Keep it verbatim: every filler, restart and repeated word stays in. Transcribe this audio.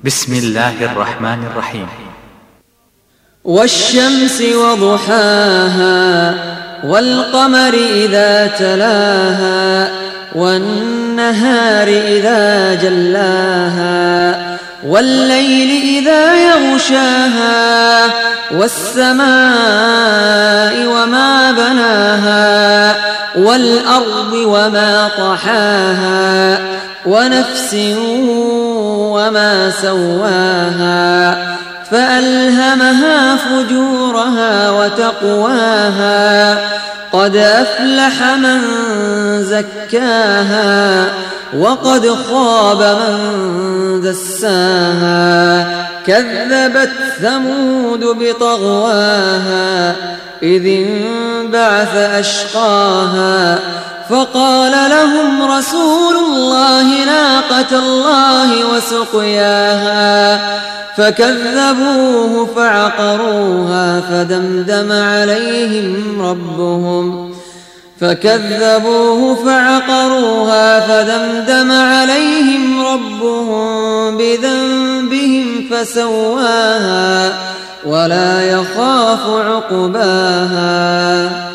بسم الله الرحمن الرحيم. والشمس وضحاها والقمر إذا تلاها والنهار إذا جلاها والليل إذا يغشاها والسماء وما بناها والأرض وما طحاها ونفس وما سواها فألهمها فجورها وتقواها قد أفلح من زكاها وقد خاب من دساها كذبت ثمود بطغواها إذ انبعث أشقاها فقال لهم رسول الله ناقة الله وسقياها فكذبوه فعقروها فدمدم عليهم ربهم فكذبوه فعقروها فدمدم عليهم ربهم بذنبهم فسواها ولا يخاف عقباها.